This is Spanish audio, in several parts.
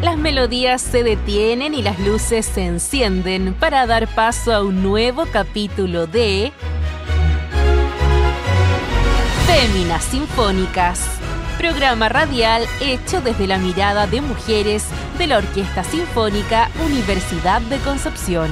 Las melodías se detienen y las luces se encienden para dar paso a un nuevo capítulo de Féminas Sinfónicas, programa radial hecho desde la mirada de mujeres de la Orquesta Sinfónica Universidad de Concepción.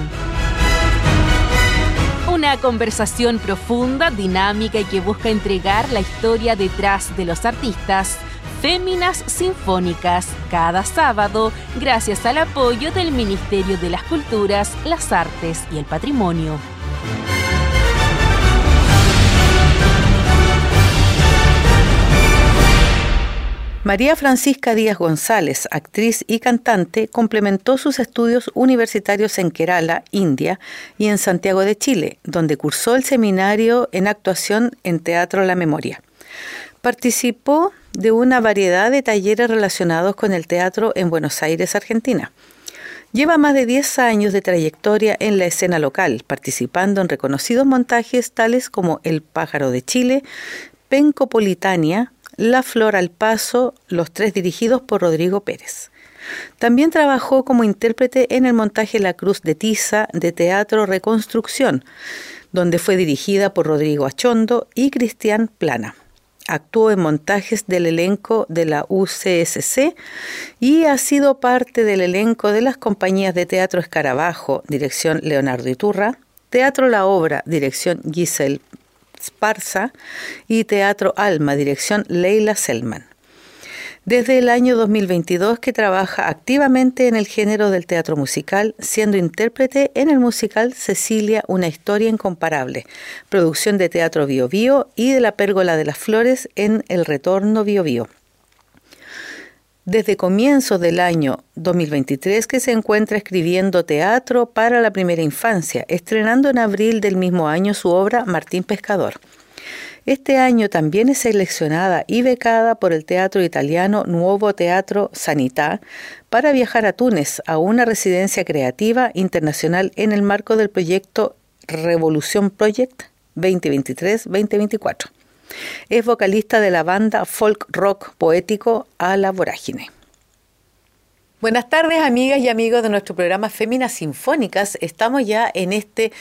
Una conversación profunda, dinámica y que busca entregar la historia detrás de los artistas. Féminas Sinfónicas, cada sábado, gracias al apoyo del Ministerio de las Culturas, las Artes y el Patrimonio. María Francisca Díaz González, actriz y cantante, complementó sus estudios universitarios en Kerala, India, y en Santiago de Chile, donde cursó el seminario en actuación en Teatro La Memoria. Participó de una variedad de talleres relacionados con el teatro en Buenos Aires, Argentina. Lleva más de 10 años de trayectoria en la escena local, participando en reconocidos montajes tales como El Pájaro de Chile, Pencopolitania, La Flor al Paso, los tres dirigidos por Rodrigo Pérez. También trabajó como intérprete en el montaje La Cruz de Tiza de Teatro Reconstrucción, donde fue dirigida por Rodrigo Achondo y Cristian Plana. Actuó en montajes del elenco de la UCSC y ha sido parte del elenco de las compañías de Teatro Escarabajo, dirección Leonardo Iturra, Teatro La Obra, dirección Giselle Esparza, y Teatro Alma, dirección Leila Selman. Desde el año 2022 que trabaja activamente en el género del teatro musical, siendo intérprete en el musical Cecilia, una historia incomparable, producción de Teatro Bio Bio y de La Pérgola de las Flores en El Retorno Bio Bio. Desde comienzos del año 2023 que se encuentra escribiendo teatro para la primera infancia, estrenando en abril del mismo año su obra Martín Pescador. Este año también es seleccionada y becada por el teatro italiano Nuovo Teatro Sanità para viajar a Túnez a una residencia creativa internacional en el marco del proyecto Revolution Project 2023-2024. Es vocalista de la banda folk rock poético A la Vorágine. Buenas tardes, amigas y amigos de nuestro programa Féminas Sinfónicas. Estamos ya en este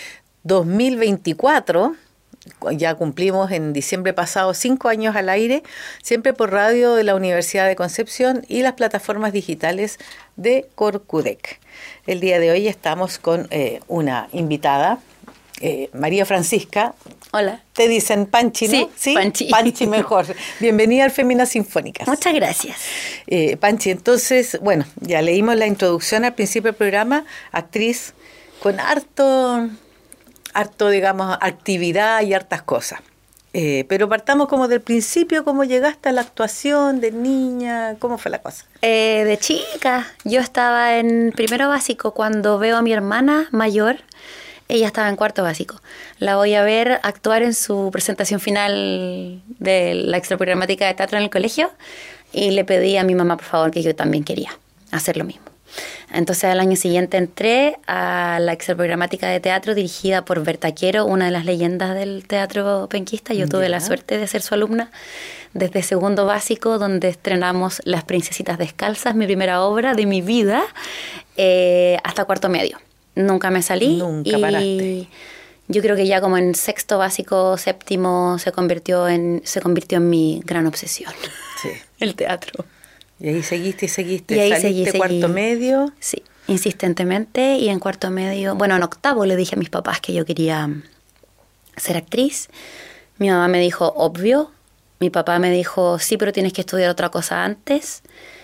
2024. Ya cumplimos en diciembre pasado 5 años al aire, siempre por radio de la Universidad de Concepción y las plataformas digitales de Corcudec. El día de hoy estamos con una invitada, María Francisca. Hola. Te dicen Panchi, ¿no? Sí, Panchi. Panchi mejor. Bienvenida al Féminas Sinfónicas. Muchas gracias. Panchi, entonces, bueno, ya leímos la introducción al principio del programa, actriz con harto, digamos, actividad y hartas cosas. Pero partamos como del principio, ¿cómo llegaste a la actuación de niña? ¿Cómo fue la cosa? De chica, yo estaba en primero básico cuando veo a mi hermana mayor. Ella estaba en cuarto básico. La voy a ver actuar en su presentación final de la extraprogramática de teatro en el colegio y le pedí a mi mamá, por favor, que yo también quería hacer lo mismo. Entonces al año siguiente entré a la extraprogramática de teatro dirigida por Berta Quero, una de las leyendas del teatro penquista. Yo tuve la suerte de ser su alumna desde segundo básico, donde estrenamos Las Princesitas Descalzas, mi primera obra de mi vida, hasta cuarto medio. Nunca me salí. Nunca paraste. Yo creo que ya como en sexto básico, séptimo, se convirtió en mi gran obsesión. Sí. El teatro. Y ahí seguiste y seguiste. Y ahí ¿Saliste cuarto medio? Sí, insistentemente. Y en cuarto medio, bueno, en octavo le dije a mis papás que yo quería ser actriz. Mi mamá me dijo, obvio. Mi papá me dijo, sí, pero tienes que estudiar otra cosa antes.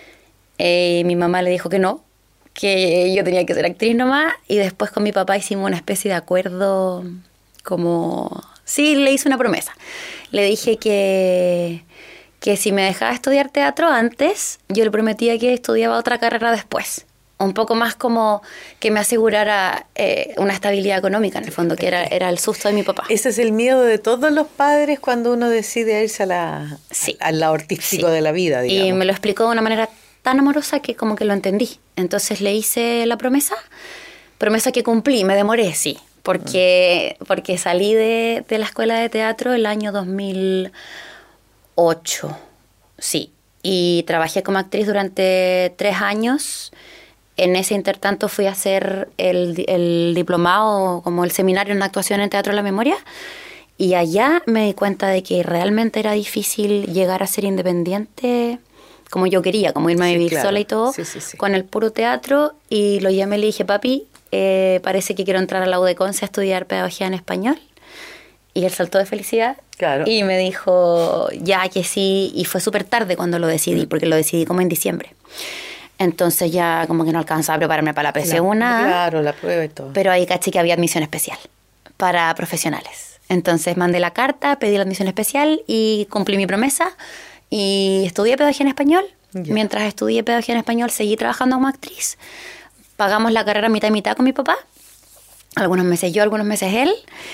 Mi mamá le dijo que no, que yo tenía que ser actriz nomás. Y después con mi papá hicimos una especie de acuerdo como... Sí, le hice una promesa. Le dije que si me dejaba estudiar teatro antes, yo le prometía que estudiaba otra carrera después. Un poco más como que me asegurara una estabilidad económica, en el fondo, que era el susto de mi papá. Ese es el miedo de todos los padres cuando uno decide irse al lado artístico de la vida, digamos. Y me lo explicó de una manera tan amorosa que como que lo entendí. Entonces le hice la promesa que cumplí, me demoré, sí, porque salí de la escuela de teatro el año 2008, sí, y trabajé como actriz durante 3 años. En ese intertanto fui a hacer el diplomado, como el seminario en actuación en Teatro de la Memoria, y allá me di cuenta de que realmente era difícil llegar a ser independiente como yo quería, como irme a vivir sola y todo, con el puro teatro, y lo llamé y le dije, papi, parece que quiero entrar a la U de Conce a estudiar pedagogía en español. Y él saltó de felicidad. Claro. Y me dijo, ya que sí. Y fue súper tarde cuando lo decidí, porque lo decidí como en diciembre. Entonces ya como que no alcanzaba a prepararme para la PSU. Claro, la prueba y todo. Pero ahí caché que había admisión especial para profesionales. Entonces mandé la carta, pedí la admisión especial y cumplí mi promesa. Y estudié pedagogía en español. Yeah. Mientras estudié pedagogía en español, seguí trabajando como actriz. Pagamos la carrera mitad y mitad con mi papá. Algunos meses yo, algunos meses él.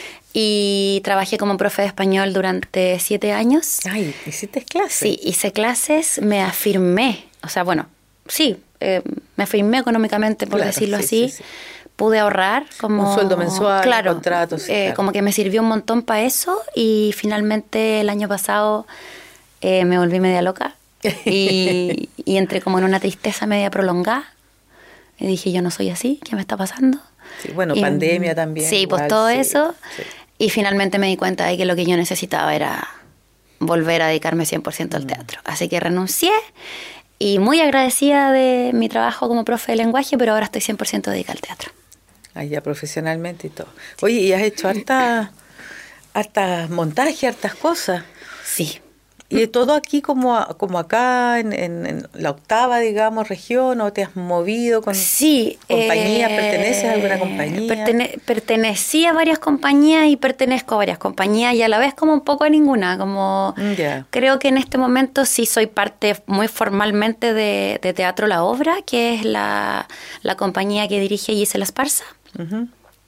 Y trabajé como profe de español durante 7 años. Ay, ¿hiciste clases? Sí, hice clases, me afirmé. O sea, bueno, sí, me afirmé económicamente, por decirlo así. Sí. Pude ahorrar como... Un sueldo mensual, claro, contratos. Claro. Como que me sirvió un montón para eso. Y finalmente el año pasado me volví media loca. y entré como en una tristeza media prolongada. Y dije, yo no soy así, ¿qué me está pasando? Sí, bueno, pandemia también. Sí, igual, pues todo eso. Sí. Y finalmente me di cuenta de que lo que yo necesitaba era volver a dedicarme 100% al teatro. Así que renuncié y muy agradecida de mi trabajo como profe de lenguaje, pero ahora estoy 100% dedicada al teatro. Ah, ya profesionalmente y todo. Oye, ¿y has hecho hartas montajes, hartas cosas? Sí. ¿Y todo aquí como acá en la octava, digamos, región, o te has movido con compañías? ¿Perteneces a alguna compañía? Pertenecí a varias compañías y pertenezco a varias compañías y a la vez como un poco a ninguna. Creo que en este momento sí soy parte muy formalmente de Teatro La Obra, que es la compañía que dirige Gisela Esparza. Uh-huh.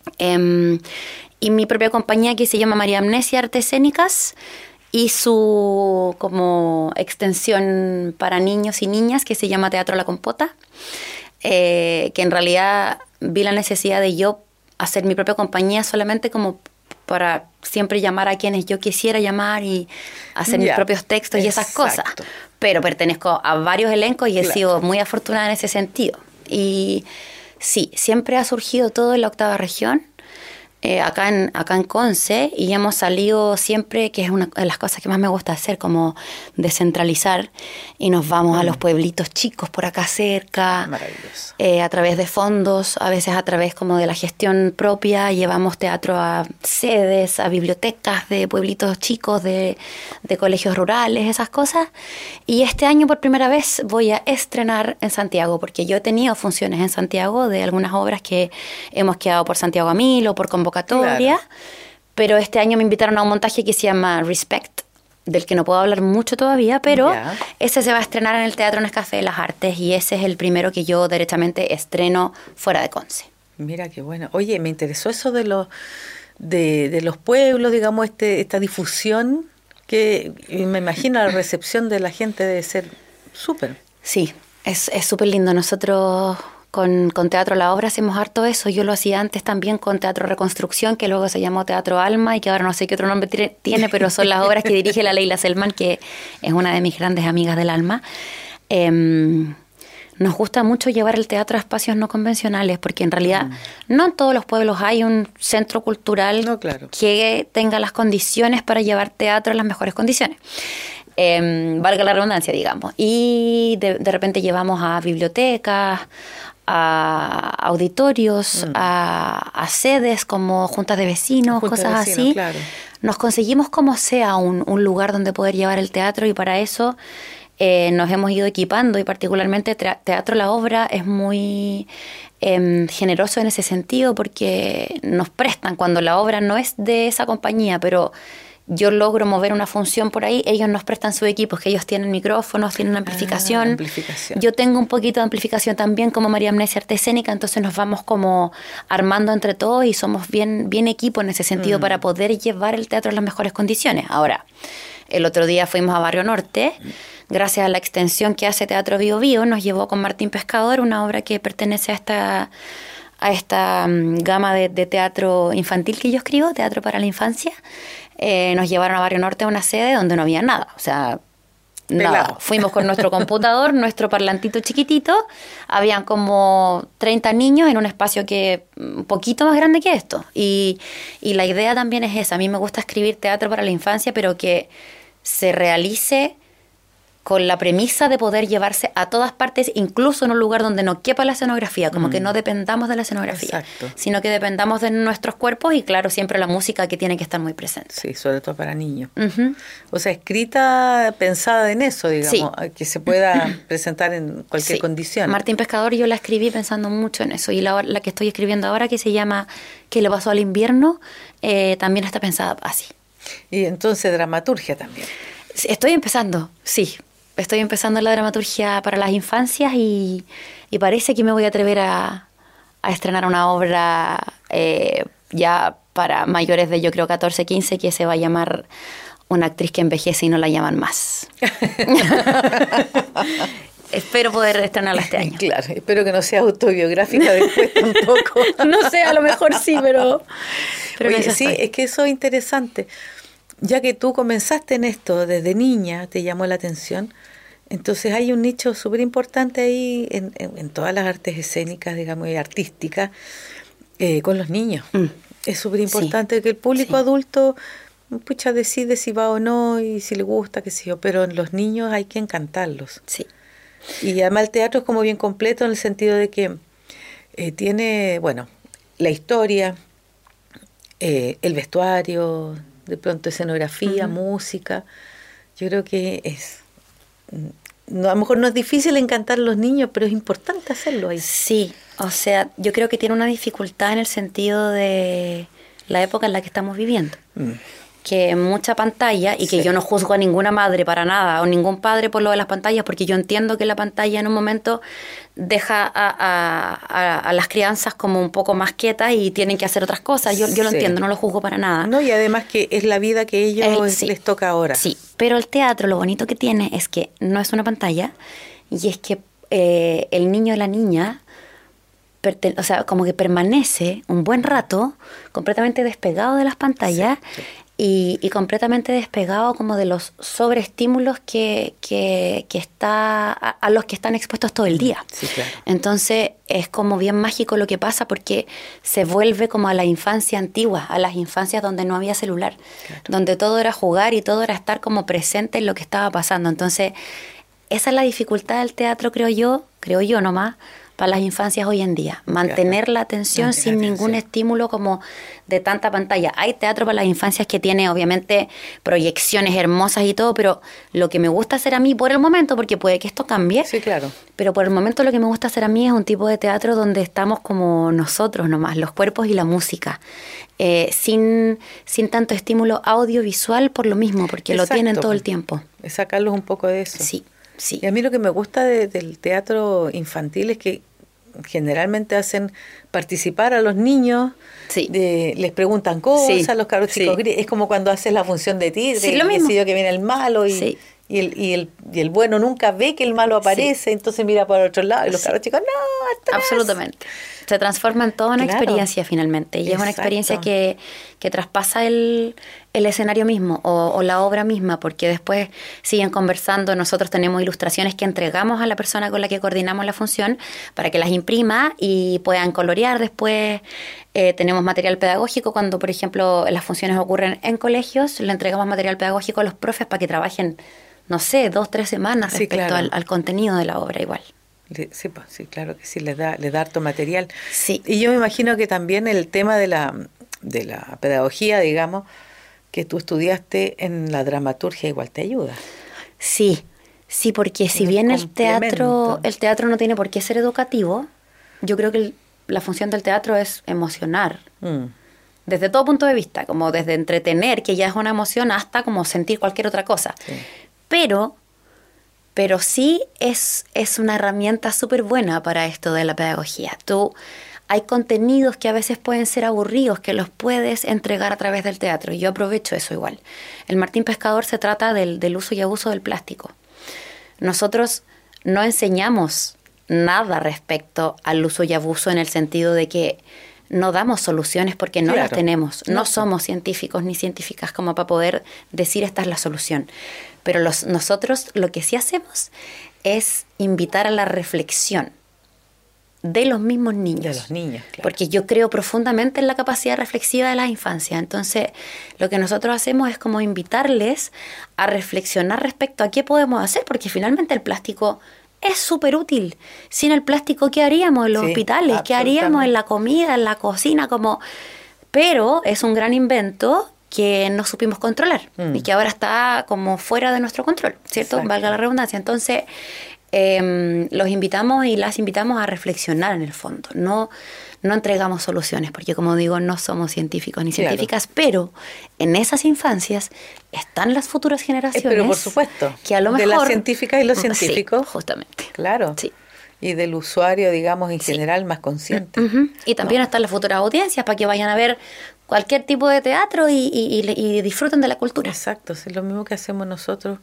Y mi propia compañía que se llama María Amnesia Artes Escénicas, y su como extensión para niños y niñas que se llama Teatro La Compota, que en realidad vi la necesidad de yo hacer mi propia compañía solamente como para siempre llamar a quienes yo quisiera llamar y hacer mis propios textos y esas cosas. Pero pertenezco a varios elencos y he sido muy afortunada en ese sentido. Y sí, siempre ha surgido todo en la octava región. Acá en Conce, y hemos salido siempre, que es una de las cosas que más me gusta hacer, como descentralizar, y nos vamos a los pueblitos chicos por acá cerca. Maravilloso. A través de fondos, a veces a través como de la gestión propia, llevamos teatro a sedes, a bibliotecas de pueblitos chicos, de colegios rurales, esas cosas. Y este año por primera vez voy a estrenar en Santiago, porque yo he tenido funciones en Santiago de algunas obras que hemos quedado por Santiago a Mil o por convocatoria, claro. Pero este año me invitaron a un montaje que se llama Respect, del que no puedo hablar mucho todavía, pero ese se va a estrenar en el Teatro Nescafé de las Artes, y ese es el primero que yo derechamente estreno fuera de Conce. Mira qué bueno. Oye, me interesó eso de los pueblos, digamos, esta difusión, que me imagino la recepción de la gente debe ser súper. Sí, es súper lindo. Nosotros con Teatro La Obra hacemos harto eso. Yo lo hacía antes también con Teatro Reconstrucción, que luego se llamó Teatro Alma y que ahora no sé qué otro nombre tiene, pero son las obras que dirige la Leila Selman, que es una de mis grandes amigas del alma. Nos gusta mucho llevar el teatro a espacios no convencionales, porque en realidad no en todos los pueblos hay un centro cultural que tenga las condiciones para llevar teatro en las mejores condiciones. Valga la redundancia, digamos. Y de repente llevamos a bibliotecas, a auditorios, a sedes como juntas de vecinos, cosas así. Claro. Nos conseguimos como sea un lugar donde poder llevar el teatro, y para eso nos hemos ido equipando, y particularmente Teatro La Obra es muy generoso en ese sentido, porque nos prestan cuando la obra no es de esa compañía, pero yo logro mover una función por ahí, ellos nos prestan sus equipos, que ellos tienen micrófonos, tienen amplificación. Yo tengo un poquito de amplificación también como María Amnesia Arte Escénica, entonces nos vamos como armando entre todos y somos bien equipo en ese sentido para poder llevar el teatro en las mejores condiciones. Ahora, el otro día fuimos a Barrio Norte, gracias a la extensión que hace Teatro Bio Bio, nos llevó con Martín Pescador, una obra que pertenece a esta gama de teatro infantil que yo escribo, Teatro para la Infancia. Nos llevaron a Barrio Norte a una sede donde no había nada, o sea, Nada. Fuimos con nuestro computador, nuestro parlantito chiquitito. Habían como 30 niños en un espacio que un poquito más grande que esto. Y la idea también es esa. A mí me gusta escribir teatro para la infancia, pero que se realice con la premisa de poder llevarse a todas partes, incluso en un lugar donde no quepa la escenografía, como que no dependamos de la escenografía, exacto, sino que dependamos de nuestros cuerpos y, claro, siempre la música que tiene que estar muy presente. Sí, sobre todo para niños. Uh-huh. O sea, escrita pensada en eso, digamos, Sí. que se pueda presentar en cualquier condición. Martín Pescador, yo la escribí pensando mucho en eso, y la que estoy escribiendo ahora, que se llama ¿Qué le pasó al invierno?, también está pensada así. Y entonces dramaturgia también. Estoy empezando, sí. Estoy empezando la dramaturgia para las infancias y parece que me voy a atrever a estrenar una obra ya para mayores de, yo creo, 14, 15, que se va a llamar Una actriz que envejece y no la llaman más. Espero poder estrenarla este año. Claro, espero que no sea autobiográfica después tampoco. No sé, a lo mejor sí, pero Oye, no sí, es que eso es interesante. Ya que tú comenzaste en esto desde niña, te llamó la atención, entonces hay un nicho súper importante ahí en todas las artes escénicas, digamos, y artísticas, con los niños. Es súper importante que el público adulto pucha, decide si va o no y si le gusta, qué sé yo, pero en los niños hay que encantarlos. Sí. Y además el teatro es como bien completo en el sentido de que tiene, bueno, la historia, el vestuario, de pronto escenografía, música. Yo creo que a lo mejor no es difícil encantar a los niños, pero es importante hacerlo ahí. Sí, o sea, yo creo que tiene una dificultad en el sentido de la época en la que estamos viviendo. Que mucha pantalla, y que yo no juzgo a ninguna madre para nada, o ningún padre por lo de las pantallas, porque yo entiendo que la pantalla en un momento deja a las crianzas como un poco más quietas y tienen que hacer otras cosas. Yo lo entiendo, no lo juzgo para nada. No, y además que es la vida que ellos les toca ahora. Sí, pero el teatro lo bonito que tiene es que no es una pantalla, y es que el niño o la niña, o sea, como que permanece un buen rato completamente despegado de las pantallas. Sí. Y completamente despegado como de los sobreestímulos que está a los que están expuestos todo el día. Sí, claro. Entonces es como bien mágico lo que pasa, porque se vuelve como a la infancia antigua, a las infancias donde no había celular, claro, donde todo era jugar y todo era estar como presente en lo que estaba pasando. Entonces esa es la dificultad del teatro, creo yo nomás, para las infancias hoy en día, mantener la atención sin ningún estímulo como de tanta pantalla. Hay teatro para las infancias que tiene obviamente proyecciones hermosas y todo, pero lo que me gusta hacer a mí por el momento, porque puede que esto cambie, sí, claro, pero por el momento lo que me gusta hacer a mí es un tipo de teatro donde estamos como nosotros nomás, los cuerpos y la música, sin tanto estímulo audiovisual, por lo mismo, porque lo tienen todo el tiempo. Es sacarlos un poco de eso. Sí. Sí. Y a mí lo que me gusta del teatro infantil es que generalmente hacen participar a los niños, sí, les preguntan cosas, sí, los cabros chicos, sí, es como cuando haces la función de tigre, sí, lo mismo, que viene el malo sí, y el bueno nunca ve que el malo aparece, sí, entonces mira por otro lado y los cabros chicos, no, atrás. Absolutamente. Se transforma en toda una experiencia finalmente, y es una experiencia que traspasa el escenario mismo o la obra misma, porque después siguen conversando. Nosotros tenemos ilustraciones que entregamos a la persona con la que coordinamos la función para que las imprima y puedan colorear después. Tenemos material pedagógico cuando, por ejemplo, las funciones ocurren en colegios, le entregamos material pedagógico a los profes para que trabajen, no sé, 2, 3 semanas respecto claro, al contenido de la obra igual. Sí, pues, sí, claro que sí, les da harto material. Sí. Y yo me imagino que también el tema de la pedagogía, digamos, que tú estudiaste en la dramaturgia igual te ayuda. Sí, porque si bien el teatro no tiene por qué ser educativo, yo creo que la función del teatro es emocionar. Desde todo punto de vista, como desde entretener, que ya es una emoción, hasta como sentir cualquier otra cosa. Sí. Pero sí es una herramienta súper buena para esto de la pedagogía. Hay contenidos que a veces pueden ser aburridos, que los puedes entregar a través del teatro. Y yo aprovecho eso igual. El Martín Pescador se trata del uso y abuso del plástico. Nosotros no enseñamos nada respecto al uso y abuso, en el sentido de que no damos soluciones porque no las Claro. tenemos. No No. somos científicos ni científicas como para poder decir esta es la solución. Pero nosotros lo que sí hacemos es invitar a la reflexión de los mismos niños. De los niños, claro. Porque yo creo profundamente en la capacidad reflexiva de las infancias. Entonces, lo que nosotros hacemos es como invitarles a reflexionar respecto a qué podemos hacer, porque finalmente el plástico es súper útil. Sin el plástico, ¿qué haríamos en los Sí, hospitales? ¿Qué haríamos en la comida, en la cocina? Pero es un gran invento que no supimos controlar y que ahora está como fuera de nuestro control, ¿cierto? Exacto. Valga la redundancia. Entonces, los invitamos y las invitamos a reflexionar en el fondo. No entregamos soluciones, porque como digo, no somos científicos ni Claro. científicas, pero en esas infancias están las futuras generaciones. Pero por supuesto, que a lo de mejor, las científicas y los científicos. Sí, justamente. Claro. Sí. Y del usuario, digamos, en Sí. general más consciente. Ujú. Y también están las futuras audiencias para que vayan a ver cualquier tipo de teatro y disfruten de la cultura. Exacto, es lo mismo que hacemos nosotros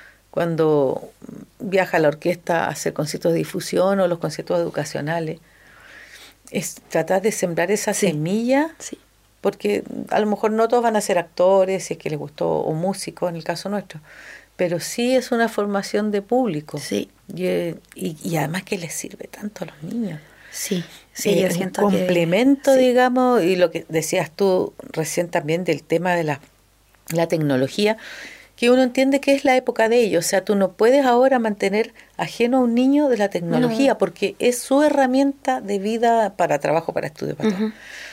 cuando viaja la orquesta a hacer conciertos de difusión o los conciertos educacionales. Es tratar de sembrar esa semilla, Sí. porque a lo mejor no todos van a ser actores, si es que les gustó, o músicos en el caso nuestro, pero sí es una formación de público. Sí. Y además que les sirve tanto a los niños. Sí, yo Es un siento complemento, que... sí. digamos, y lo que decías tú recién también del tema de la tecnología, que uno entiende que es la época de ellos. O sea, tú no puedes ahora mantener ajeno a un niño de la tecnología, No. porque es su herramienta de vida para trabajo, para estudio, para todo. Ujú.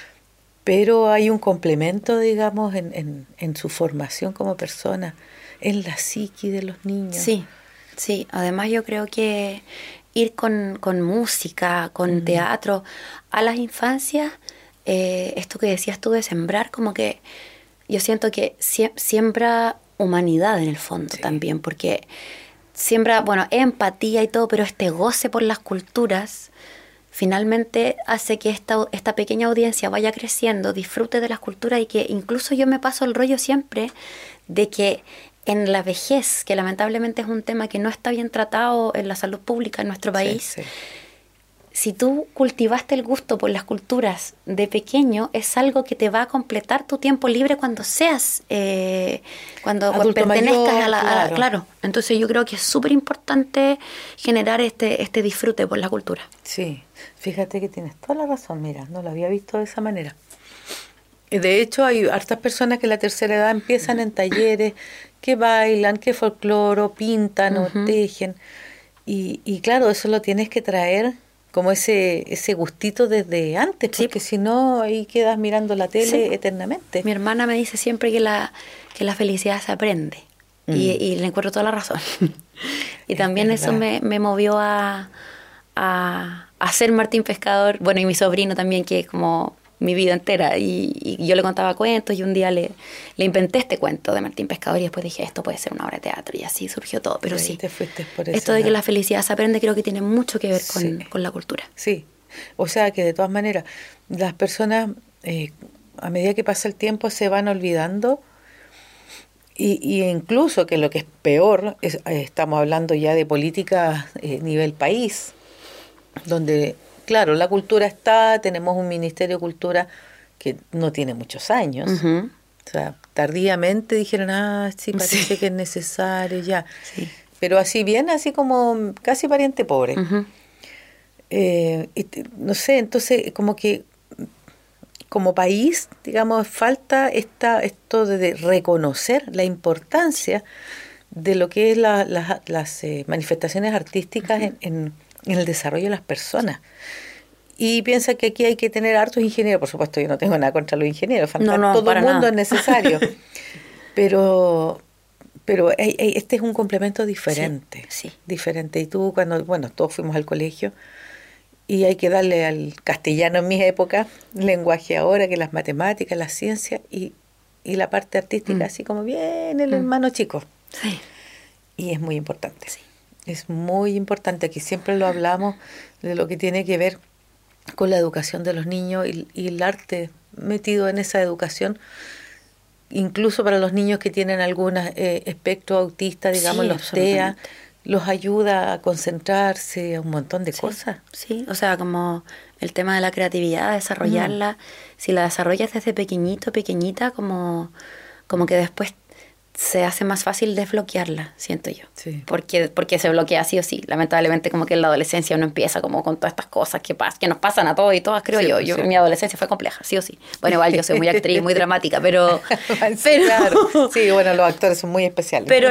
Pero hay un complemento, digamos, en su formación como persona, en la psiqui de los niños. Sí. Además yo creo que ir con música, con teatro a las infancias, esto que decías tú de sembrar, como que yo siento que siembra humanidad en el fondo también, porque siembra, bueno, empatía y todo, pero este goce por las culturas finalmente hace que esta pequeña audiencia vaya creciendo, disfrute de las culturas y que incluso yo me paso el rollo siempre de que en la vejez, que lamentablemente es un tema que no está bien tratado en la salud pública en nuestro país, Sí. si tú cultivaste el gusto por las culturas de pequeño, es algo que te va a completar tu tiempo libre cuando seas, cuando Adulto pertenezcas mayor, claro. Entonces yo creo que es súper importante generar este disfrute por la cultura. Sí, fíjate que tienes toda la razón, mira, no lo había visto de esa manera. De hecho, hay hartas personas que a la tercera edad empiezan en talleres, que bailan, que folcloro, pintan o tejen. Y claro, eso lo tienes que traer como ese gustito desde antes, Sí. porque si no, ahí quedas mirando la tele eternamente. Mi hermana me dice siempre que la felicidad se aprende. Y le encuentro toda la razón. Y Es también eso verdad. me movió a ser Martín Pescador. Bueno, y mi sobrino también, que es como mi vida entera. Y yo le contaba cuentos y un día le inventé este cuento de Martín Pescador y después dije, esto puede ser una obra de teatro. Y así surgió todo. Pero Y ahí sí, te fuiste por ese esto de que lado. la felicidad se aprende creo que tiene mucho que ver Sí. con la cultura. Sí, o sea que de todas maneras las personas a medida que pasa el tiempo se van olvidando y incluso que lo que es peor, estamos hablando ya de política nivel país, donde claro, la cultura está, tenemos un Ministerio de Cultura que no tiene muchos años, Ujú. o sea, tardíamente dijeron, sí, parece Sí. que es necesario ya, Sí. pero así bien, así como casi pariente pobre. Ujú. No sé, entonces como que como país, digamos, falta esto de reconocer la importancia de lo que es las manifestaciones artísticas en el desarrollo de las personas. Y piensa que aquí hay que tener hartos ingenieros, por supuesto yo no tengo nada contra los ingenieros, No, todo para el mundo nada. es necesario, pero este es un complemento diferente, Sí. diferente. Y tú bueno, todos fuimos al colegio, y hay que darle al castellano en mi época, lenguaje ahora, que las matemáticas, la ciencia y la parte artística, así como bien el hermano chico. Sí. Y es muy importante. Sí. Es muy importante, aquí siempre lo hablamos, de lo que tiene que ver con la educación de los niños y el arte metido en esa educación, incluso para los niños que tienen algún espectro autista, digamos, Sí, los TEA, absolutamente. los ayuda a concentrarse, a un montón de cosas. Sí, o sea, como el tema de la creatividad, desarrollarla, si la desarrollas desde pequeñita, como que después se hace más fácil desbloquearla, siento yo. Sí. Porque se bloquea sí o sí. Lamentablemente como que en la adolescencia uno empieza como con todas estas cosas que nos pasan a todos y todas, creo yo. Mi adolescencia fue compleja, sí o sí. Bueno, igual yo soy muy actriz, muy dramática, pero... Claro. Sí, bueno, los actores son muy especiales. Pero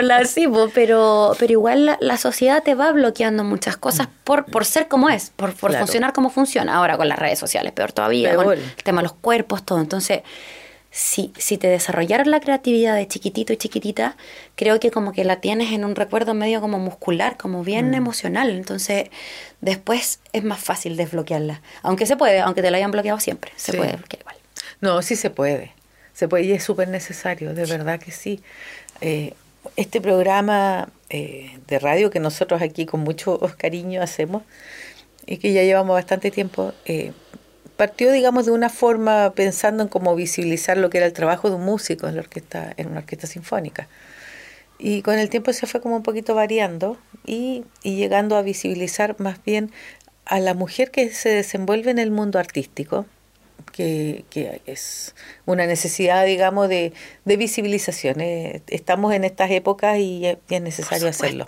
igual la sociedad te va bloqueando muchas cosas por ser como es, por funcionar como funciona. Ahora con las redes sociales, peor todavía, con el tema de los cuerpos, todo. Entonces... Si te desarrollaron la creatividad de chiquitito y chiquitita, creo que como que la tienes en un recuerdo medio como muscular, como bien emocional. Entonces, después es más fácil desbloquearla. Aunque se puede, aunque te la hayan bloqueado siempre, se puede desbloquear igual. No, sí se puede. Se puede y es súper necesario, de verdad que sí. Este programa de radio que nosotros aquí con mucho cariño hacemos y que ya llevamos bastante tiempo... partió, digamos, de una forma pensando en cómo visibilizar lo que era el trabajo de un músico en una orquesta sinfónica. Y con el tiempo se fue como un poquito variando y llegando a visibilizar más bien a la mujer que se desenvuelve en el mundo artístico, que es una necesidad, digamos, de visibilización. Estamos en estas épocas y es necesario hacerlo.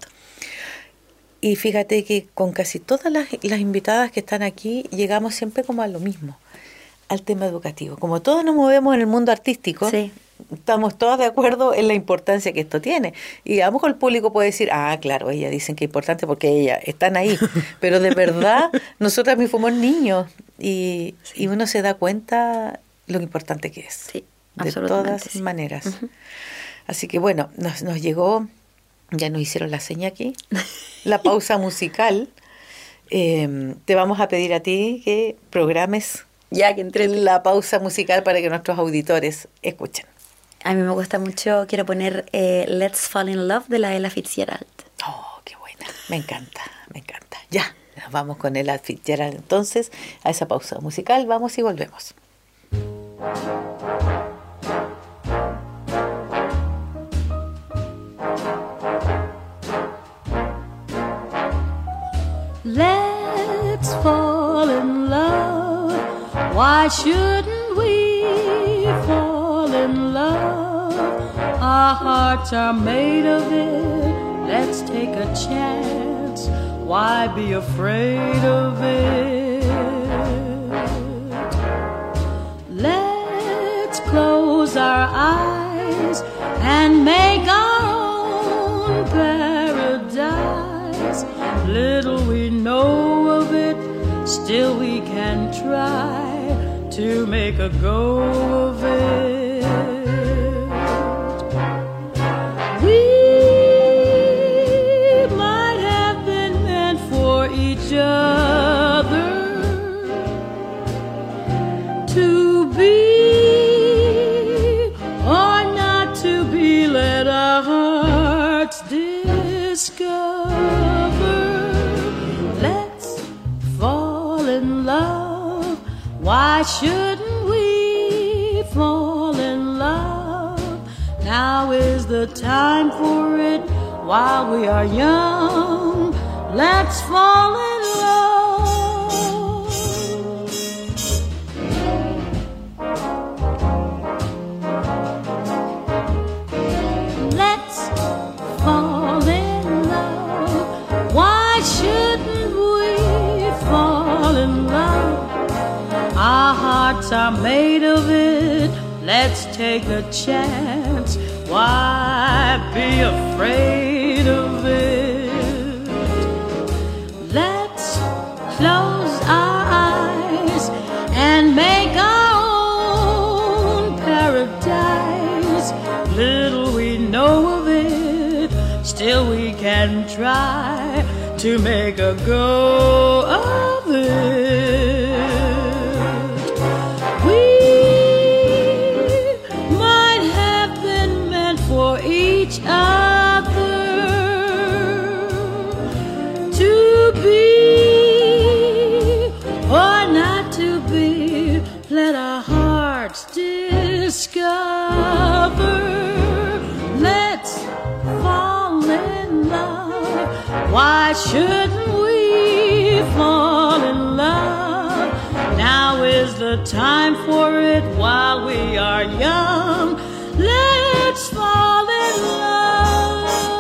Y fíjate que con casi todas las invitadas que están aquí llegamos siempre como a lo mismo, al tema educativo. Como todos nos movemos en el mundo artístico, estamos todos de acuerdo en la importancia que esto tiene. Y a lo mejor el público puede decir, claro, ellas dicen que es importante porque ellas están ahí. Pero de verdad, nosotras mismos fuimos niños y uno se da cuenta lo importante que es. Sí, de todas maneras. Uh-huh. Así que bueno, nos llegó... Ya nos hicieron la seña aquí, la pausa musical. Te vamos a pedir a ti que programes que entre la pausa musical para que nuestros auditores escuchen. A mí me gusta mucho, quiero poner Let's Fall in Love de la Ella Fitzgerald. Oh, qué buena, me encanta. Ya, nos vamos con Ella Fitzgerald entonces a esa pausa musical, vamos y volvemos. Let's fall in love. Why shouldn't we fall in love? Our hearts are made of it. Let's take a chance. Why be afraid of it? Let's close our eyes and make our own paradise. Little we know of it, still we can try to make a go of it. We might have been meant for each other, to be or not to be, let our hearts discover. Why shouldn't we fall in love? Now is the time for it while we are young. Let's fall in love. Let's fall in love. Why shouldn't we fall in love? Our hearts are made of it. Let's take a chance. Why be afraid of it? Let's close our eyes and make our own paradise. Little we know of it, still we can try to make a go of it. Each other, to be or not to be, let our hearts discover. Let's fall in love. shouldn't we fall in love? Now is the time for it while we are young. Let's fall in love.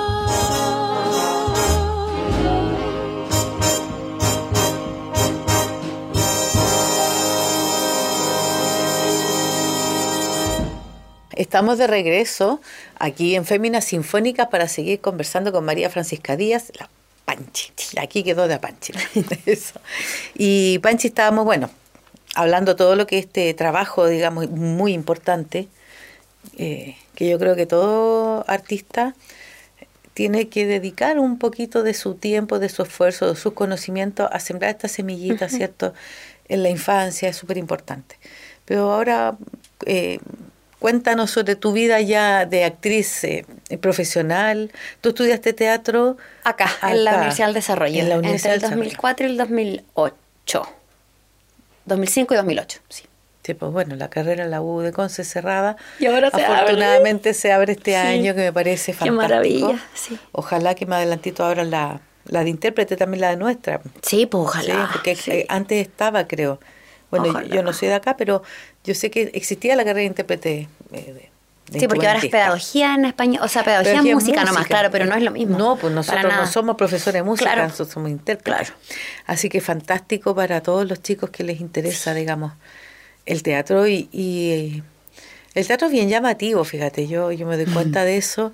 Estamos de regreso aquí en Féminas Sinfónicas para seguir conversando con María Francisca Díaz, la Panchi. Aquí quedó de Panchi. Eso. Y Panchi, estábamos, bueno, hablando todo lo que este trabajo, digamos, muy importante, que yo creo que todo artista tiene que dedicar un poquito de su tiempo, de su esfuerzo, de sus conocimientos a sembrar esta semillita, ¿cierto? En la infancia es súper importante. Pero ahora... cuéntanos sobre tu vida ya de actriz profesional. ¿Tú estudiaste teatro? Acá, en la Universidad del Desarrollo. En la Universidad entre el 2004 y el 2008. 2005 y 2008, sí. Sí, pues bueno, la carrera en la U de Conce cerrada. Y ahora afortunadamente se abre este año, que me parece fantástico. Qué maravilla, sí. Ojalá que más adelantito abran la de intérprete, también la de nuestra. Sí, pues ojalá. Sí, porque antes estaba, creo. Bueno, ojalá. Yo no soy de acá, pero yo sé que existía la carrera de intérprete de sí, porque ahora es pedagogía en español, o sea, pedagogía en música nomás, claro, pero no es lo mismo. No, pues nosotros no somos profesores de música, claro. Nosotros somos intérpretes. Claro. Así que fantástico para todos los chicos que les interesa, digamos, el teatro. Y el teatro es bien llamativo, fíjate, yo me doy cuenta de eso.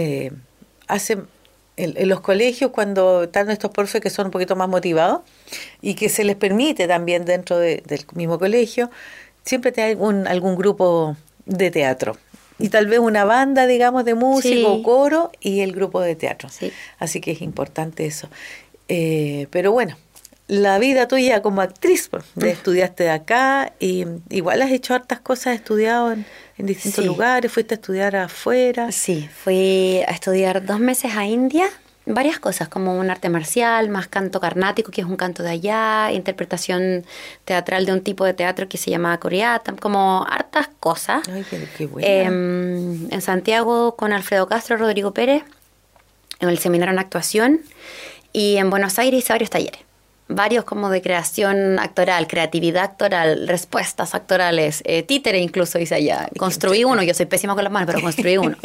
En los colegios, cuando están estos profes que son un poquito más motivados y que se les permite también dentro del mismo colegio, siempre hay algún grupo de teatro. Y tal vez una banda, digamos, de música sí. o coro y el grupo de teatro. Sí. Así que es importante eso. Pero bueno, la vida tuya como actriz, estudiaste de acá y igual has hecho hartas cosas, has estudiado en distintos lugares, fuiste a estudiar afuera. Sí, fui a estudiar 2 meses a India, varias cosas, como un arte marcial, más canto carnático, que es un canto de allá, interpretación teatral de un tipo de teatro que se llama Coreatam, como hartas cosas. Ay, qué bueno. En Santiago con Alfredo Castro, Rodrigo Pérez, en el seminario en actuación, y en Buenos Aires hice varios talleres. Varios como de creación actoral, creatividad actoral, respuestas actorales, títere incluso hice allá. Construí uno, yo soy pésima con las manos, pero construí uno.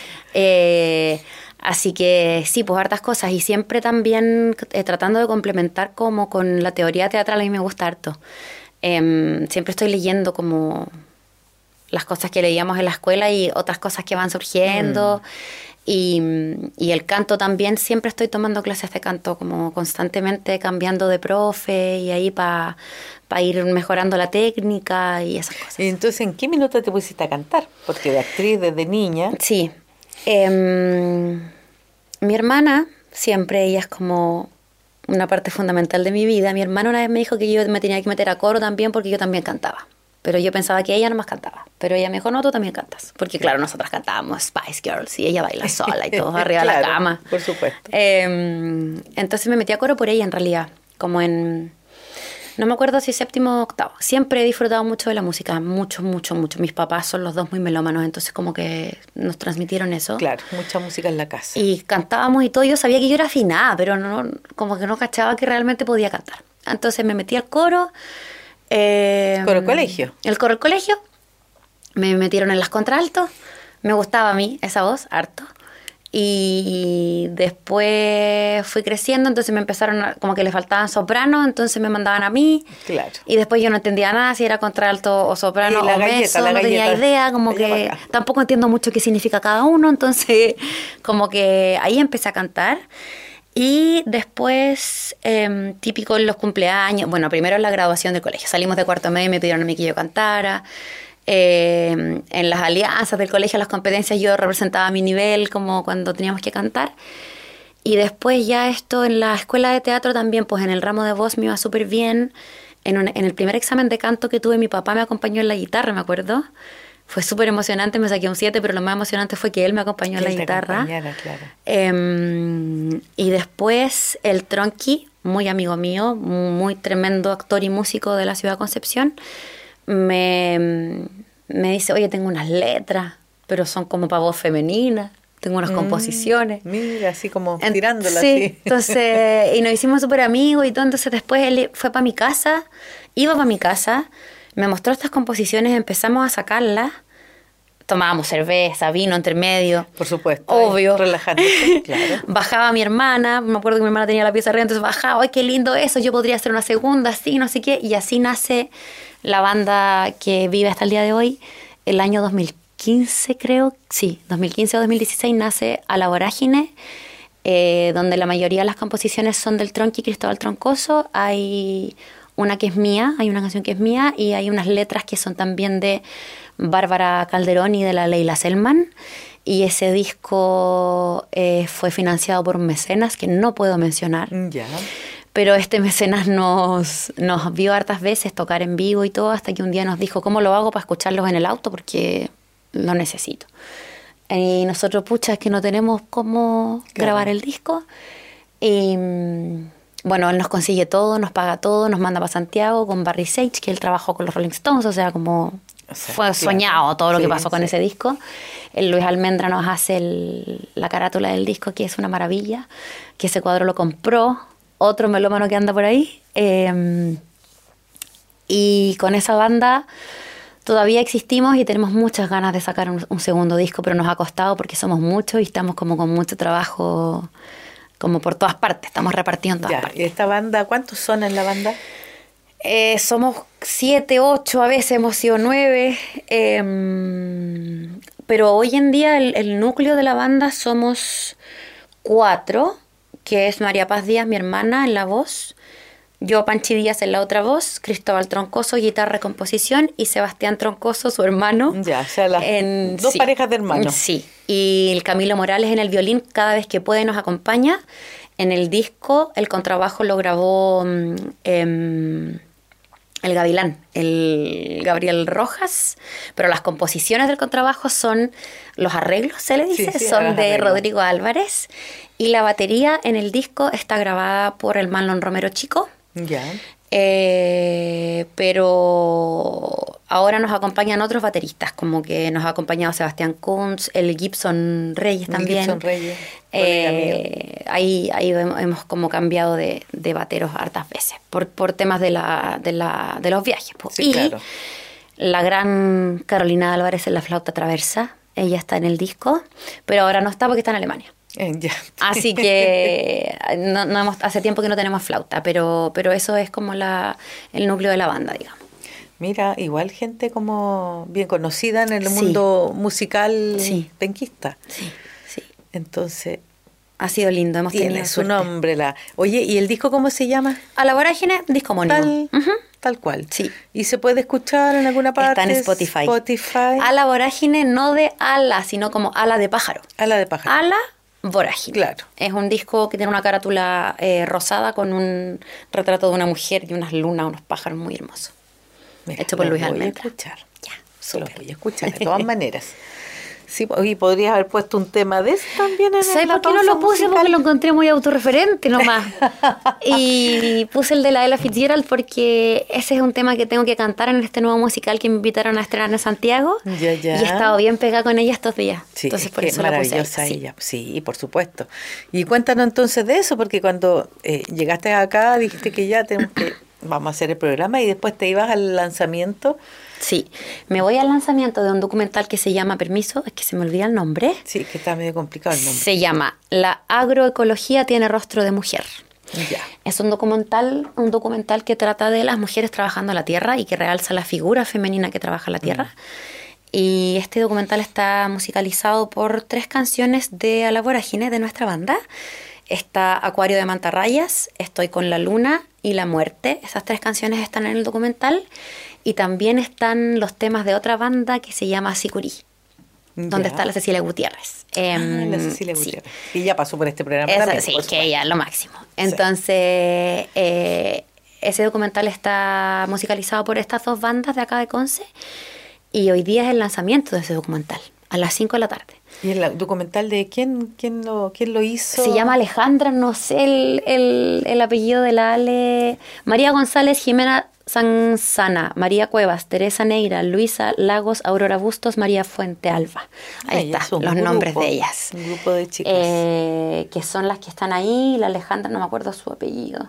Así que sí, pues hartas cosas. Y siempre también tratando de complementar como con la teoría teatral, a mí me gusta harto. Siempre estoy leyendo como las cosas que leíamos en la escuela y otras cosas que van surgiendo. Y el canto también, siempre estoy tomando clases de canto como constantemente cambiando de profe y ahí para ir mejorando la técnica y esas cosas. ¿Y entonces en qué minuto te pusiste a cantar? Porque de actriz desde niña. Sí. Mi hermana, siempre ella es como una parte fundamental de mi vida. Mi hermana una vez me dijo que yo me tenía que meter a coro también porque yo también cantaba. Pero yo pensaba que ella nomás cantaba. Pero ella me dijo, no, tú también cantas. Porque claro, nosotras cantábamos Spice Girls y ella baila sola y todo arriba de la cama. Por supuesto. Entonces me metí a coro por ella en realidad. Como en, no me acuerdo si 7º o 8º. Siempre he disfrutado mucho de la música. Mucho, mucho, mucho. Mis papás son los dos muy melómanos. Entonces como que nos transmitieron eso. Claro, mucha música en la casa. Y cantábamos y todo. Yo sabía que yo era afinada, pero no, como que no cachaba que realmente podía cantar. Entonces me metí al coro. ¿Coro colegio? El coro del colegio. Me metieron en las contraltos. Me gustaba a mí esa voz, harto. Y después fui creciendo, entonces me empezaron como que le faltaban sopranos, entonces me mandaban a mí. Claro. Y después yo no entendía nada si era contralto o soprano o mezzo, no tenía idea, como que tampoco entiendo mucho qué significa cada uno, entonces como que ahí empecé a cantar. Y después, típico en los cumpleaños, bueno, primero en la graduación del colegio, salimos de 4º medio y me pidieron a mí que yo cantara. En las alianzas del colegio, las competencias, yo representaba mi nivel como cuando teníamos que cantar. Y después ya esto en la escuela de teatro también, pues en el ramo de voz me iba súper bien. En el primer examen de canto que tuve, mi papá me acompañó en la guitarra, me acuerdo. Fue súper emocionante, me saqué un 7, pero lo más emocionante fue que él me acompañó en la guitarra. Claro. Y después el Tronqui, muy amigo mío, muy tremendo actor y músico de la ciudad de Concepción, me dice, oye, tengo unas letras, pero son como para voz femenina. tengo unas composiciones. Mira, así como tirándola sí, así. Entonces, y nos hicimos súper amigos y todo. Entonces después él fue para mi casa, iba para mi casa, me mostró estas composiciones, empezamos a sacarlas. Tomábamos cerveza, vino entre medio. Por supuesto. Obvio. Relajándose, claro. Bajaba mi hermana, me acuerdo que mi hermana tenía la pieza arriba, entonces bajaba, ¡ay, qué lindo eso! Yo podría hacer una segunda, así, no sé qué. Y así nace la banda que vive hasta el día de hoy. El año 2015, creo, sí, 2015 o 2016 nace A la Vorágine, donde la mayoría de las composiciones son del Tronqui Cristóbal Troncoso. Hay una que es mía, hay una canción que es mía, y hay unas letras que son también de Bárbara Calderón y de la Leila Selman, y ese disco fue financiado por un mecenas que no puedo mencionar. Ya. Pero este mecenas nos vio hartas veces tocar en vivo y todo, hasta que un día nos dijo, ¿cómo lo hago para escucharlos en el auto? Porque lo necesito. Y nosotros, pucha, es que no tenemos cómo grabar el disco. Y bueno, él nos consigue todo, nos paga todo, nos manda para Santiago con Barry Sage, que él trabajó con los Rolling Stones, o sea, como... fue soñado todo lo que pasó con ese disco. El Luis Almendra nos hace la carátula del disco, que es una maravilla, que ese cuadro lo compró otro melómano que anda por ahí. Y con esa banda todavía existimos y tenemos muchas ganas de sacar un segundo disco, pero nos ha costado porque somos muchos y estamos como con mucho trabajo como por todas partes, estamos repartidos en todas partes. ¿Y esta banda, cuántos son en la banda? Somos 7, 8, a veces hemos sido 9, pero hoy en día el núcleo de la banda somos 4, que es María Paz Díaz, mi hermana, en la voz, yo, Panchi Díaz, en la otra voz, Cristóbal Troncoso, guitarra y composición, y Sebastián Troncoso, su hermano. Ya, o sea, dos parejas de hermanos. Sí, y el Camilo Morales en el violín, cada vez que puede nos acompaña. En el disco, el contrabajo lo grabó el Gavilán, el Gabriel Rojas, pero las composiciones del contrabajo son, los arreglos, se le dice, son de Rodrigo Álvarez, y la batería en el disco está grabada por el Marlon Romero Chico. Ya. Pero ahora nos acompañan otros bateristas, como que nos ha acompañado Sebastián Kunz, el Gibson Reyes también. Gibson Reyes. Ahí hemos como cambiado de bateros hartas veces por temas de los viajes. Sí, y claro. La gran Carolina Álvarez en la flauta traversa, ella está en el disco, pero ahora no está porque está en Alemania. Ya. Así que hace tiempo que no tenemos flauta, pero eso es como el núcleo de la banda, digamos. Mira, igual gente como bien conocida en el mundo musical penquista. Sí. Entonces, ha sido lindo, hemos tenido tiene su suerte. nombre. Oye, ¿y el disco cómo se llama? A la Vorágine, disco homónimo. Tal cual. Sí. ¿Y se puede escuchar en alguna parte? Está en Spotify. A la Vorágine, no de ala, sino como ala de pájaro. Ala de pájaro. Ala Vorágine. Claro. Es un disco que tiene una carátula rosada con un retrato de una mujer y unas lunas, unos pájaros muy hermosos. Mira, hecho por Luis Almendra. Lo voy a escuchar. Ya, Lo voy a escuchar de todas maneras. Sí, y podrías haber puesto un tema de eso también en ¿sabes la por qué no lo puse? musical? Porque lo encontré muy autorreferente nomás. Y puse el de la Ella Fitzgerald porque ese es un tema que tengo que cantar en este nuevo musical que me invitaron a estrenar en Santiago. Ya. Y he estado bien pegada con ella estos días. Sí, entonces por que eso la puse. Maravillosa ella. Sí, por supuesto. Y cuéntanos entonces de eso, porque cuando llegaste acá dijiste que ya vamos a hacer el programa y después te ibas al lanzamiento. Sí, me voy al lanzamiento de un documental que se llama, permiso, es que se me olvida el nombre. Sí, que está medio complicado el nombre. Se llama La agroecología tiene rostro de mujer. Ya. Es un documental que trata de las mujeres trabajando la tierra y que realza la figura femenina que trabaja la tierra. Y este documental está musicalizado por 3 canciones de A la Vorágine de nuestra banda. Está Acuario de Mantarrayas, Estoy con la Luna y La Muerte. Esas 3 canciones están en el documental. Y también están los temas de otra banda que se llama Sicurí, donde está la Cecilia Gutiérrez. La Cecilia Gutiérrez. Sí. Y ya pasó por este programa Esa, también. sí, que ella es lo máximo. Entonces, ese documental está musicalizado por estas 2 bandas de acá de Conce. Y hoy día es el lanzamiento de ese documental, a las 5 de la tarde. ¿Y el documental de quién lo hizo? Se llama Alejandra, no sé el apellido de la Ale. María González, Jimena Sanzana, María Cuevas, Teresa Neira, Luisa Lagos, Aurora Bustos, María Fuente Alba. Ahí está, los nombres de ellas. Un grupo de chicas. Que son las que están ahí. La Alejandra, no me acuerdo su apellido.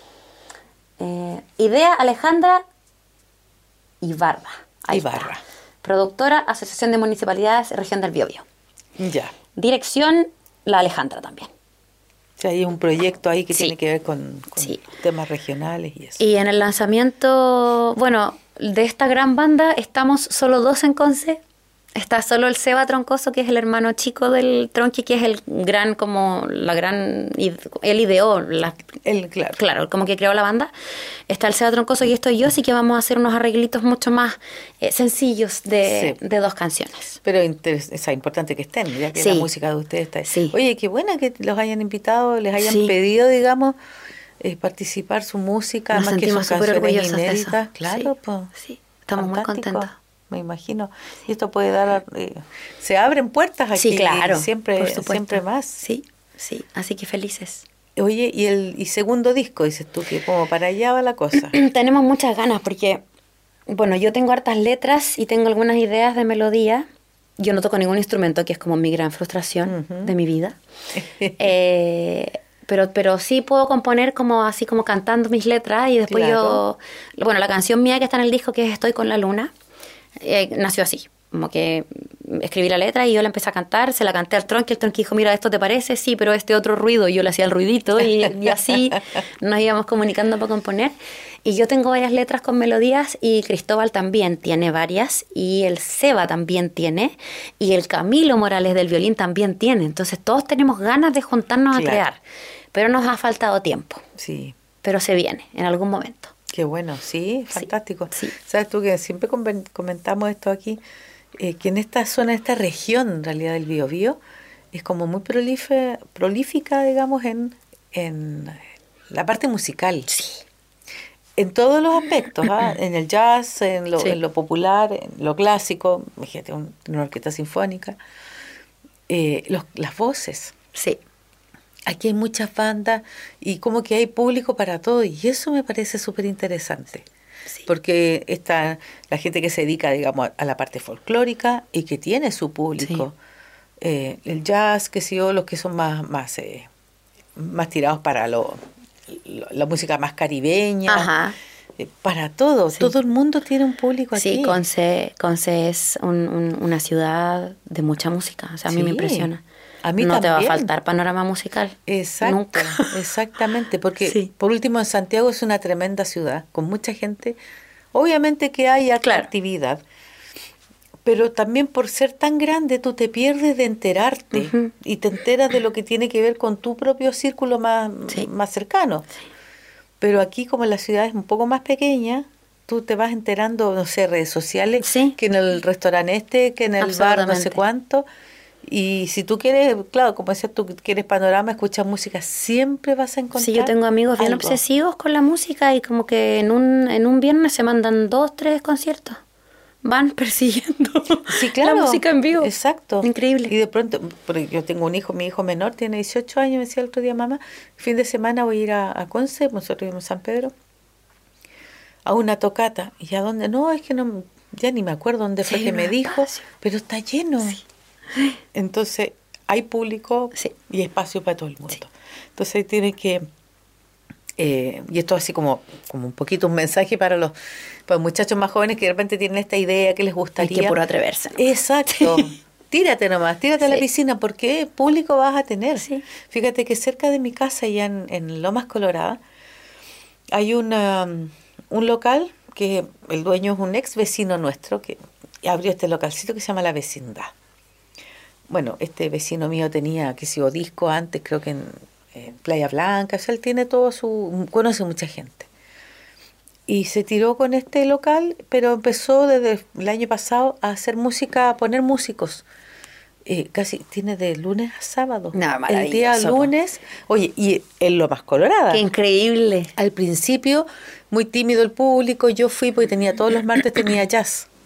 Idea Alejandra Ibarra. Ahí Ibarra. está. Productora, Asociación de Municipalidades, Región del Biobío. Ya. Dirección, la Alejandra también. O sea, hay un proyecto ahí que Sí. tiene que ver con Sí. temas regionales y eso. Y en el lanzamiento, bueno, de esta gran banda estamos solo 2 en Conce. Está solo el Seba Troncoso, que es el hermano chico del Tronqui, que es el gran, como la gran, él ideó, Claro. claro, como que creó la banda. Está el Seba Troncoso y estoy yo, así que vamos a hacer unos arreglitos mucho más sencillos de 2 canciones. Pero es importante que estén, ya que Sí. la música de ustedes está ahí. Sí. Oye, qué buena que los hayan invitado, les hayan Sí. pedido, digamos, participar su música, Nos además que son sentimos súper canciones orgullosos de eso. inéditas. Claro, Sí. pues. Sí, estamos muy Fantástico, contentos. me imagino. Y esto puede dar, se abren puertas aquí. Sí, claro. Siempre, por supuesto. siempre más. Sí, sí, así que felices. Oye, y segundo disco, dices tú, que como para allá va la cosa. Tenemos muchas ganas porque, bueno, yo tengo hartas letras y tengo algunas ideas de melodía. Yo no toco ningún instrumento, que es como mi gran frustración de mi vida. Pero sí puedo componer como así como cantando mis letras y después Claro. bueno, la canción mía que está en el disco, que es Estoy con la luna, nació así. Como que escribí la letra y yo la empecé a cantar, se la canté al Tronqui, el Tronqui dijo, mira, ¿esto te parece? Sí, pero este otro ruido, y yo le hacía el ruidito y así nos íbamos comunicando para componer. Y yo tengo varias letras con melodías y Cristóbal también tiene varias y el Seba también tiene y el Camilo Morales del violín también tiene. Entonces todos tenemos ganas de juntarnos Claro. a crear, pero nos ha faltado tiempo, Sí. pero se viene en algún momento. Qué bueno, sí, fantástico. sí. Sabes tú que siempre comentamos esto aquí, que en esta zona, esta región en realidad del Biobío, es como muy prolífica, digamos, en la parte musical. Sí. En todos los aspectos, ¿ah? En el jazz, en lo popular, en lo clásico, fíjate, una orquesta sinfónica, las voces. Sí. Aquí hay muchas bandas y como que hay público para todo y eso me parece súper interesante. Sí. Porque está la gente que se dedica, digamos, a la parte folclórica y que tiene su público. El jazz, que sé yo, los que son más tirados para la música más caribeña. Ajá. Para todo. Sí. Todo el mundo tiene un público aquí. Sí, Conce es una ciudad de mucha música. O sea, a mí me Sí. impresiona. A mí no te va a también. faltar panorama musical. Exacto, Nunca. exactamente, porque Sí. por último en Santiago es una tremenda ciudad, con mucha gente, obviamente que hay harta Claro. actividad, pero también por ser tan grande tú te pierdes de enterarte Ujú. y te enteras de lo que tiene que ver con tu propio círculo más cercano. Pero aquí como la ciudad es un poco más pequeña, tú te vas enterando, no sé, redes sociales, Sí. que en el restaurante que en el bar no sé Absolutamente. cuánto. Y si tú quieres, claro, como decías tú, quieres panorama, escuchas música, siempre vas a encontrar Sí, yo tengo amigos bien algo. obsesivos con la música y como que en un viernes se mandan 2, 3 conciertos. Van persiguiendo Sí, claro. la música en vivo. Exacto. Increíble. Y de pronto, porque yo tengo un hijo, mi hijo menor tiene 18 años, me decía el otro día, mamá, fin de semana voy a ir a Conce, nosotros vivimos en San Pedro, a una tocata. ¿Y a dónde? No, es que no, ya ni me acuerdo dónde fue Sí, que un me dijo, espacio. pero está lleno. Sí. Entonces, hay público Sí. y espacio para todo el mundo. Sí. Entonces, ahí tiene que... y esto así como un poquito un mensaje para los muchachos más jóvenes que de repente tienen esta idea que les Hay gustaría. que puro atreverse, ¿no? Exacto. Tírate nomás, tírate a la Sí. piscina, porque público vas a tener. Sí. Fíjate que cerca de mi casa, ya en Lomas Colorada, hay un local que el dueño es un ex vecino nuestro que abrió este localcito que se llama La Vecindad. Bueno, este vecino mío tenía, qué sé yo, disco antes, creo que en Playa Blanca, o sea, él tiene conoce mucha gente. Y se tiró con este local, pero empezó desde el año pasado a hacer música, a poner músicos. Casi tiene de lunes a sábado. No, el día maravilloso, po. lunes, oye, y en Lomas Colorada. Qué increíble. Al principio, muy tímido el público, yo fui porque tenía todos los martes tenía jazz.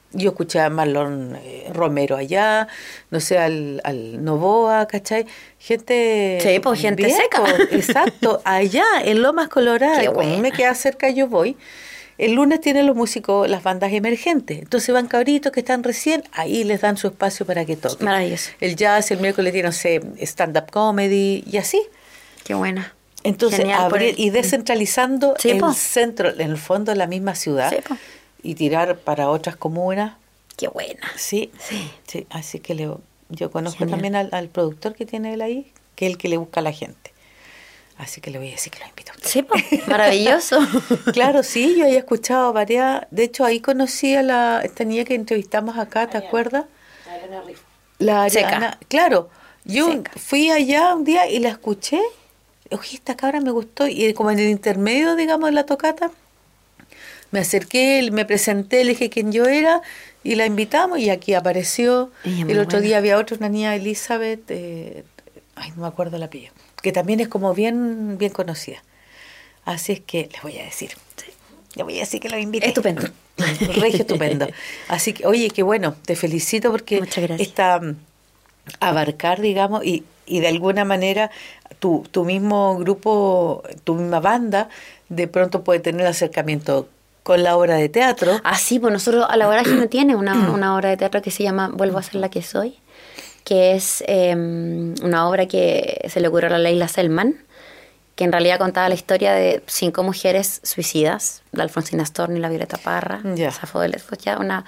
Yo escuché a Marlon Romero allá, no sé, al Novoa, ¿cachai? Gente... Sí, pues gente bien, seca. pues, exacto, allá, en Lomas Coloradas. Qué Como buena. me queda cerca, yo voy. El lunes tienen los músicos, las bandas emergentes. Entonces van cabritos que están recién, ahí les dan su espacio para que toquen. Maravilloso. El jazz, el miércoles tiene, no sé, stand-up comedy y así. Qué buena. Entonces, Genial, abrir y descentralizando Sí, el po. centro, en el fondo de la misma ciudad, Sí, po. y tirar para otras comunas. Qué buena. Sí, Sí. sí, así que yo conozco Genial. también al productor que tiene él ahí, que es el que le busca a la gente. Así que le voy a decir que lo invito a usted. Sí, pues, maravilloso. Claro, sí, yo había escuchado varias. De hecho, ahí conocí a esta niña que entrevistamos acá, ¿te acuerdas? La Ariana. Seca. Claro, yo Seca. fui allá un día y la escuché. Oye, esta cabra me gustó. Y como en el intermedio, digamos, de la tocata, me acerqué, me presenté, le dije quién yo era y la invitamos y aquí apareció. Ella muy El otro buena. día había otra, una niña Elizabeth, ay, no me acuerdo el apellido, que también es como bien conocida. Así es que les voy a decir. Le voy a decir que lo invité. Estupendo. Regio estupendo. Así que, oye, qué bueno, te felicito porque Muchas gracias. abarcar, digamos, y de alguna manera tu mismo grupo, tu misma banda, de pronto puede tener acercamiento con la obra de teatro. Ah, sí, pues nosotros a la Vorágine tiene una obra de teatro que se llama Vuelvo a ser la que soy, que es una obra que se le ocurrió a la Leila Selman, que en realidad contaba la historia de 5 mujeres suicidas, la Alfonsina Storni, la Violeta Parra, Ya. Safo de Lesbos, ya una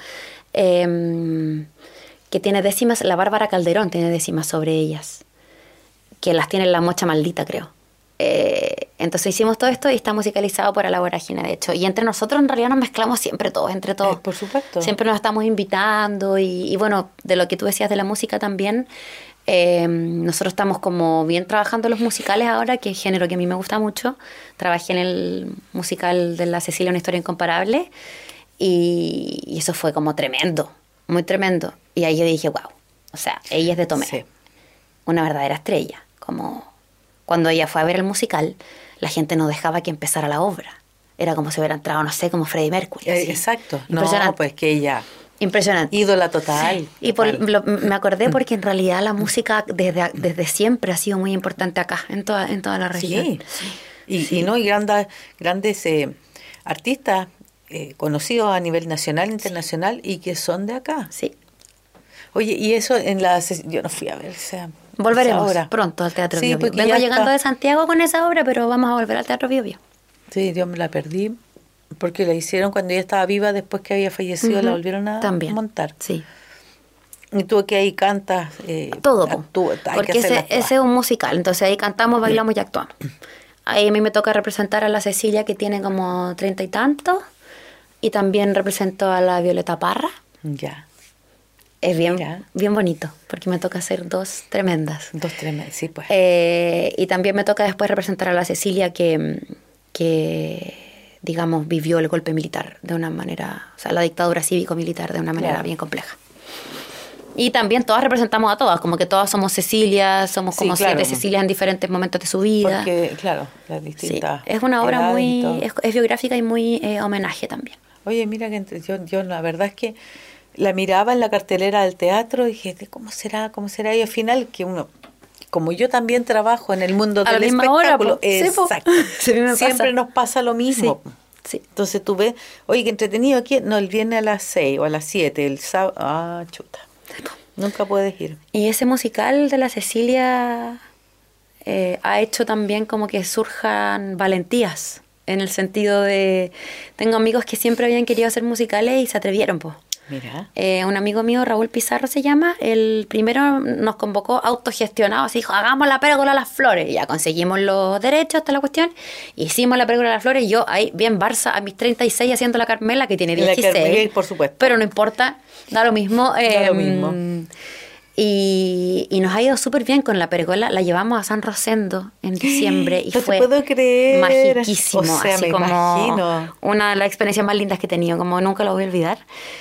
que tiene décimas, la Bárbara Calderón tiene décimas sobre ellas, que las tiene en La Mocha Maldita, creo. Entonces hicimos todo esto y está musicalizado por La Vorágine, de hecho. Y entre nosotros en realidad nos mezclamos siempre todos, entre todos. Por supuesto. Siempre nos estamos invitando y bueno, de lo que tú decías de la música también, nosotros estamos como bien trabajando los musicales ahora, que es género que a mí me gusta mucho. Trabajé en el musical de la Cecilia, una historia incomparable, y eso fue como tremendo, muy tremendo. Y ahí yo dije, wow, o sea, ella es de Tomé, Sí. una verdadera estrella. Como cuando ella fue a ver el musical, la gente no dejaba que empezara la obra. Era como si hubiera entrado, no sé, como Freddie Mercury. así. Exacto. No, Impresionante. pues que ella, Impresionante. ídola total. Y total. me acordé porque en realidad la música desde siempre ha sido muy importante acá, en toda la región. Sí. Y grandes artistas conocidos a nivel nacional, internacional y que son de acá. Sí. Oye, y eso yo no fui a ver esa Volveremos obra. pronto al Teatro Sí, Bio Bio. porque Vengo ya llegando está. de Santiago con esa obra, pero vamos a volver al Teatro Bio Bio. Sí, yo me la perdí porque la hicieron cuando ella estaba viva, después que había fallecido la Ujú. volvieron a También. montar. Sí. Y tú que ahí cantas. Todo, po. actúas, hay Porque que hacerlas ese todas. es un musical, entonces ahí cantamos, bailamos y actuamos. Ahí a mí me toca representar a la Cecilia, que tiene como 30 y tantos, y también represento a la Violeta Parra. Ya, Es Mira. bien bonito, porque me toca hacer 2 tremendas. 2 tremendas, sí, pues. Y también me toca después representar a la Cecilia que digamos, vivió el golpe militar de una manera, o sea, la dictadura cívico-militar de una manera Claro. bien compleja. Y también todas representamos a todas, como que todas somos Cecilia, somos Sí, como claro. 7 Cecilias en diferentes momentos de su vida. Porque, claro, las Sí, distintas. es una obra edades y muy, todo. es biográfica y muy homenaje también. Oye, mira que yo la verdad es que la miraba en la cartelera del teatro y dije, ¿cómo será? ¿Cómo será? Y al final que uno, como yo también trabajo en el mundo A la del misma hora, espectáculo, po. Sí, po. exacto. Sí, a mí me Siempre pasa. nos pasa lo mismo. Sí. Entonces tú ves, oye, qué entretenido aquí, no, el viernes a las 6 o a las 7, el sábado, chuta. Nunca puedes ir. Y ese musical de la Cecilia ha hecho también como que surjan valentías, en el sentido de, tengo amigos que siempre habían querido hacer musicales y se atrevieron, pues. Mira. Un amigo mío, Raúl Pizarro se llama, el primero nos convocó autogestionado, así dijo, hagamos la pérgola a las flores. Y ya conseguimos los derechos hasta la cuestión, hicimos la pérgola a las flores, y yo ahí bien Barça a mis 36 haciendo la Carmela, que tiene La 16. Carmela, por supuesto. Pero no importa, da lo mismo. Da lo mismo. Y nos ha ido súper bien con la pérgola. La llevamos a San Rosendo en diciembre y No te fue puedo creer. magiquísimo. O sea, así me como imagino. una de las experiencias más lindas que he tenido, como nunca lo voy a olvidar.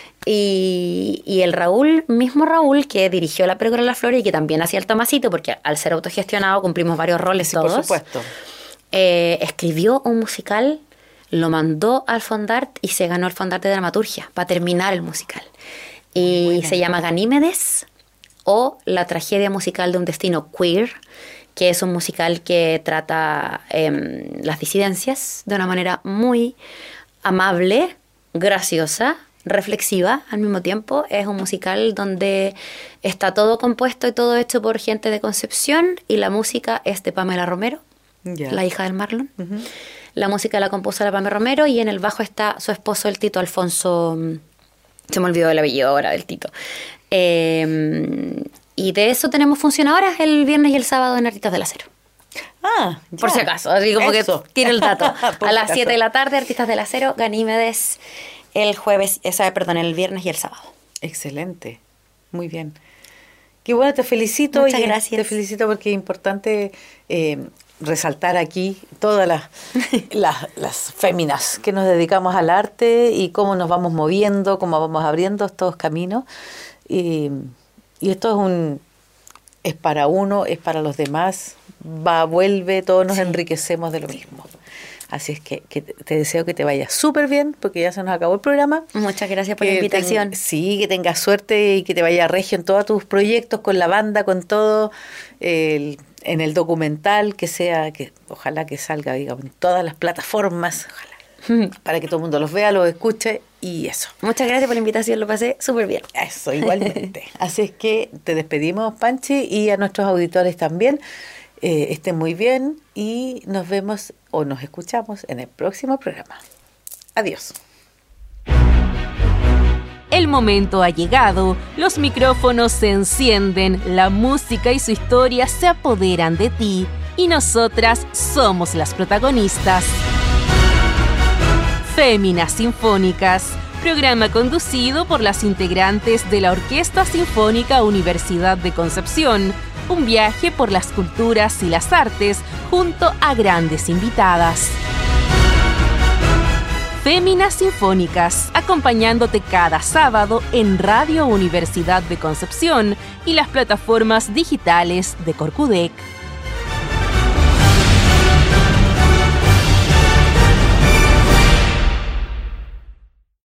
Y el Raúl, mismo Raúl, que dirigió la pérgola de las flores y que también hacía el Tomasito, porque al ser autogestionado cumplimos varios roles Sí, todos. por supuesto. Escribió un musical lo mandó al Fondart y se ganó el Fondart de Dramaturgia para terminar el musical. Y se llama Ganímedes, o La tragedia musical de un destino queer, que es un musical que trata las disidencias de una manera muy amable, graciosa, reflexiva al mismo tiempo. Es un musical donde está todo compuesto y todo hecho por gente de Concepción, y la música es de Pamela Romero, la hija del Marlon. Uh-huh. La música la compuso la Pamela Romero, y en el bajo está su esposo, el Tito Alfonso, se me olvidó el apellido ahora del Tito. Y de eso tenemos función ahora el viernes y el sábado en Artistas del Acero. Ah, ya. Por si acaso, así como eso. Que tiene el dato. A las 7 de la tarde, Artistas del Acero, Ganímedes, el viernes y el sábado. Excelente, muy bien. Qué bueno, te felicito. Muchas gracias. Te felicito porque es importante resaltar aquí todas las féminas que nos dedicamos al arte y cómo nos vamos moviendo, cómo vamos abriendo estos caminos. Y esto es para uno, es para los demás, vuelve, todos nos enriquecemos de lo mismo. Así es que te deseo que te vaya súper bien, porque ya se nos acabó el programa. Muchas gracias por la invitación. Que tengas suerte y que te vaya regio en todos tus proyectos, con la banda, con todo, en el documental, que ojalá que salga, digamos, en todas las plataformas, ojalá, para que todo el mundo los vea, los escuche, y eso. Muchas gracias por la invitación, lo pasé súper bien. Eso, igualmente. Así es que te despedimos, Panchi, y a nuestros auditores también. Estén muy bien y nos vemos o nos escuchamos en el próximo programa. Adiós. El momento ha llegado, los micrófonos se encienden, la música y su historia se apoderan de ti, y nosotras somos las protagonistas. Féminas Sinfónicas, programa conducido por las integrantes de la Orquesta Sinfónica Universidad de Concepción. Un viaje por las culturas y las artes junto a grandes invitadas. Féminas Sinfónicas, acompañándote cada sábado en Radio Universidad de Concepción y las plataformas digitales de Corcudec.